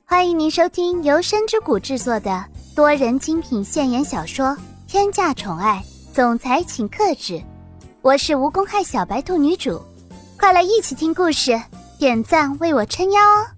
欢迎您收听由深之谷制作的多人精品现言小说《天价宠爱总裁请克制》，我是无公害小白兔女主，快来一起听故事，点赞为我撑腰哦。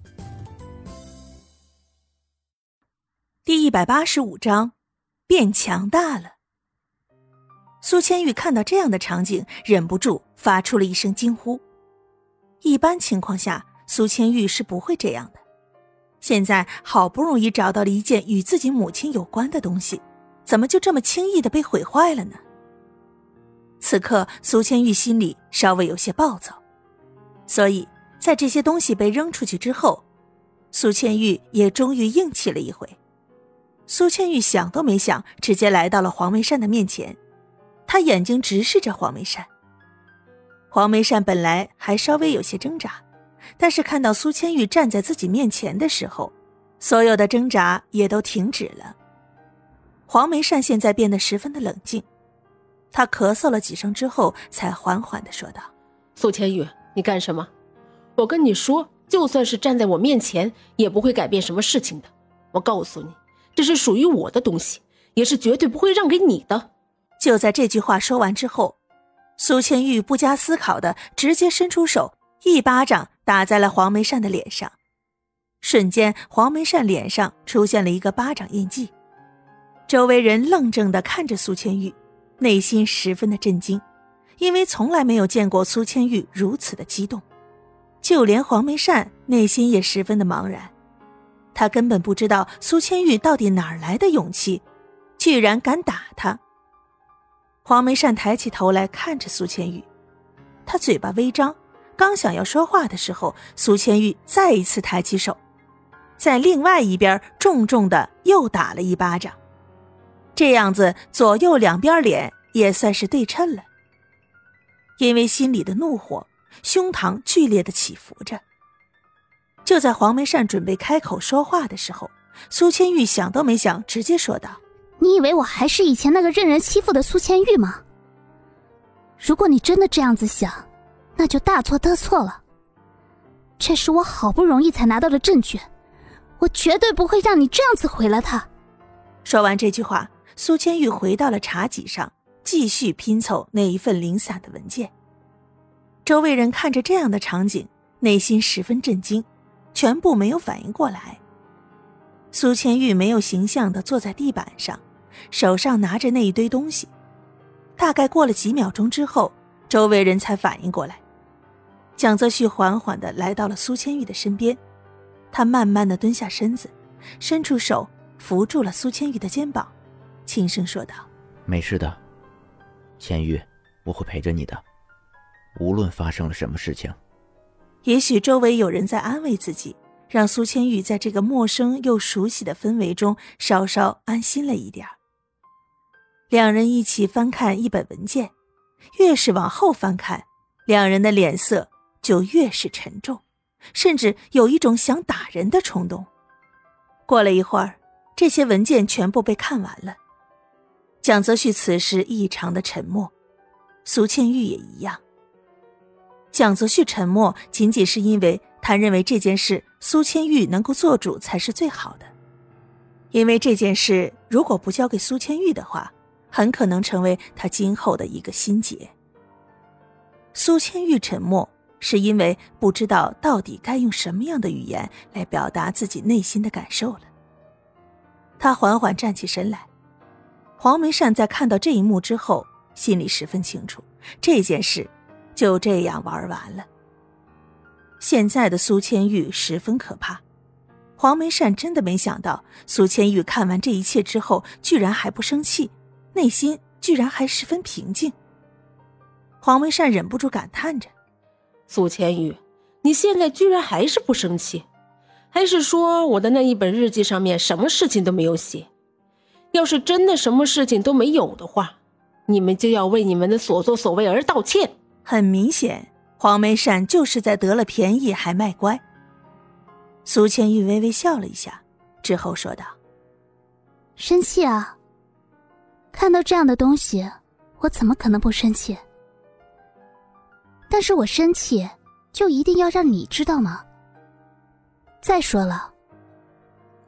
第185章，变强大了。苏千玉看到这样的场景，忍不住发出了一声惊呼。一般情况下，苏千玉是不会这样的。现在好不容易找到了一件与自己母亲有关的东西，怎么就这么轻易地被毁坏了呢？此刻苏千玉心里稍微有些暴躁，所以在这些东西被扔出去之后，苏千玉也终于硬气了一回。苏千玉想都没想，直接来到了黄梅善的面前，他眼睛直视着黄梅善。黄梅善本来还稍微有些挣扎，但是看到苏千玉站在自己面前的时候，所有的挣扎也都停止了。黄梅善现在变得十分的冷静，他咳嗽了几声之后，才缓缓地说道： 苏千玉，你干什么？我跟你说，就算是站在我面前，也不会改变什么事情的。我告诉你，这是属于我的东西，也是绝对不会让给你的。 就在这句话说完之后，苏千玉不加思考的直接伸出手，一巴掌打在了黄梅善的脸上。瞬间，黄梅善脸上出现了一个巴掌印记。周围人愣怔地看着苏千玉，内心十分的震惊，因为从来没有见过苏千玉如此的激动。就连黄梅善内心也十分的茫然，他根本不知道苏千玉到底哪儿来的勇气，居然敢打他。黄梅善抬起头来看着苏千玉，他嘴巴微张，刚想要说话的时候，苏千玉再一次抬起手，在另外一边重重的又打了一巴掌。这样子左右两边脸也算是对称了。因为心里的怒火，胸膛剧烈的起伏着。就在黄梅善准备开口说话的时候，苏千玉想都没想，直接说道： 你以为我还是以前那个任人欺负的苏千玉吗？如果你真的这样子想，那就大错特错了。这是我好不容易才拿到的证据，我绝对不会让你这样子毁了它。 说完这句话，苏千玉回到了茶几上，继续拼凑那一份零散的文件。周围人看着这样的场景，内心十分震惊，全部没有反应过来。苏千玉没有形象地坐在地板上，手上拿着那一堆东西。大概过了几秒钟之后，周围人才反应过来。蒋泽旭缓缓地来到了苏千玉的身边，他慢慢地蹲下身子，伸出手扶住了苏千玉的肩膀，轻声说道： 没事的，千玉，我会陪着你的，无论发生了什么事情。 也许周围有人在安慰自己，让苏千玉在这个陌生又熟悉的氛围中稍稍安心了一点。两人一起翻看一本文件，越是往后翻看，两人的脸色就越是沉重，甚至有一种想打人的冲动。过了一会儿，这些文件全部被看完了。蒋泽旭此时异常的沉默，苏千玉也一样。蒋泽旭沉默仅仅是因为他认为这件事苏千玉能够做主才是最好的，因为这件事如果不交给苏千玉的话，很可能成为他今后的一个心结。苏千玉沉默是因为不知道到底该用什么样的语言来表达自己内心的感受了。他缓缓站起身来。黄梅善在看到这一幕之后，心里十分清楚，这件事就这样玩完了。现在的苏千玉十分可怕，黄梅善真的没想到苏千玉看完这一切之后居然还不生气，内心居然还十分平静。黄梅善忍不住感叹着： 苏千玉，你现在居然还是不生气？还是说我的那一本日记上面什么事情都没有写？要是真的什么事情都没有的话，你们就要为你们的所作所为而道歉。 很明显，黄梅善就是在得了便宜还卖乖。苏千玉微微笑了一下，之后说道： 生气啊？看到这样的东西，我怎么可能不生气？但是我生气就一定要让你知道吗？再说了，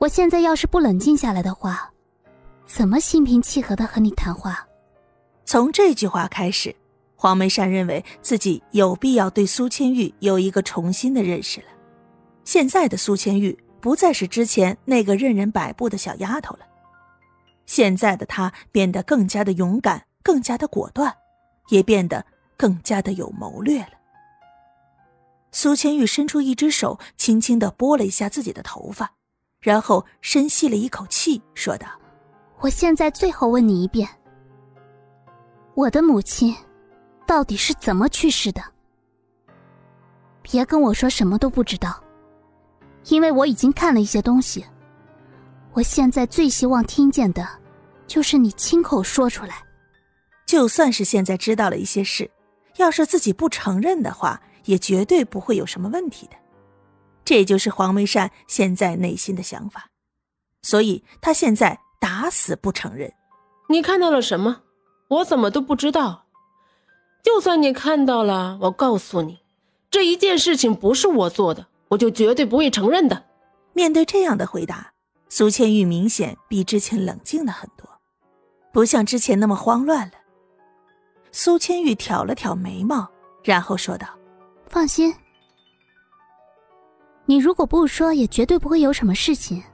我现在要是不冷静下来的话，怎么心平气和地和你谈话？ 从这句话开始，黄梅善认为自己有必要对苏千玉有一个重新的认识了。现在的苏千玉不再是之前那个任人摆布的小丫头了，现在的她变得更加的勇敢，更加的果断，也变得更加的有谋略了。苏千玉伸出一只手，轻轻地拨了一下自己的头发，然后深吸了一口气，说道： 我现在最后问你一遍，我的母亲到底是怎么去世的？别跟我说什么都不知道，因为我已经看了一些东西。我现在最希望听见的就是你亲口说出来。 就算是现在知道了一些事，要是自己不承认的话，也绝对不会有什么问题的。这就是黄梅善现在内心的想法，所以他现在打死不承认。 你看到了什么？我怎么都不知道。就算你看到了，我告诉你，这一件事情不是我做的，我就绝对不会承认的。 面对这样的回答，苏千玉明显比之前冷静了很多，不像之前那么慌乱了。苏千玉挑了挑眉毛，然后说道： 放心，你如果不说，也绝对不会有什么事情。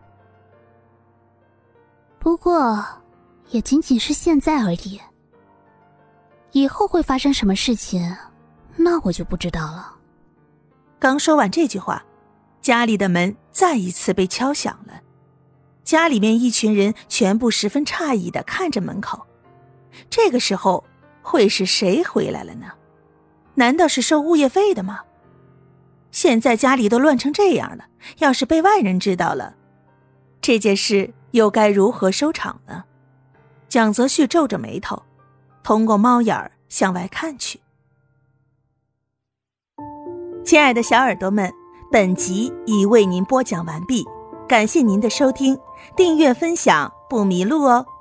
不过也仅仅是现在而已，以后会发生什么事情，那我就不知道了。 刚说完这句话，家里的门再一次被敲响了。家里面一群人全部十分诧异地看着门口。这个时候会是谁回来了呢？难道是收物业费的吗？现在家里都乱成这样了，要是被外人知道了，这件事又该如何收场呢？蒋泽旭皱着眉头，通过猫眼儿向外看去。亲爱的小耳朵们，本集已为您播讲完毕，感谢您的收听，订阅分享不迷路哦。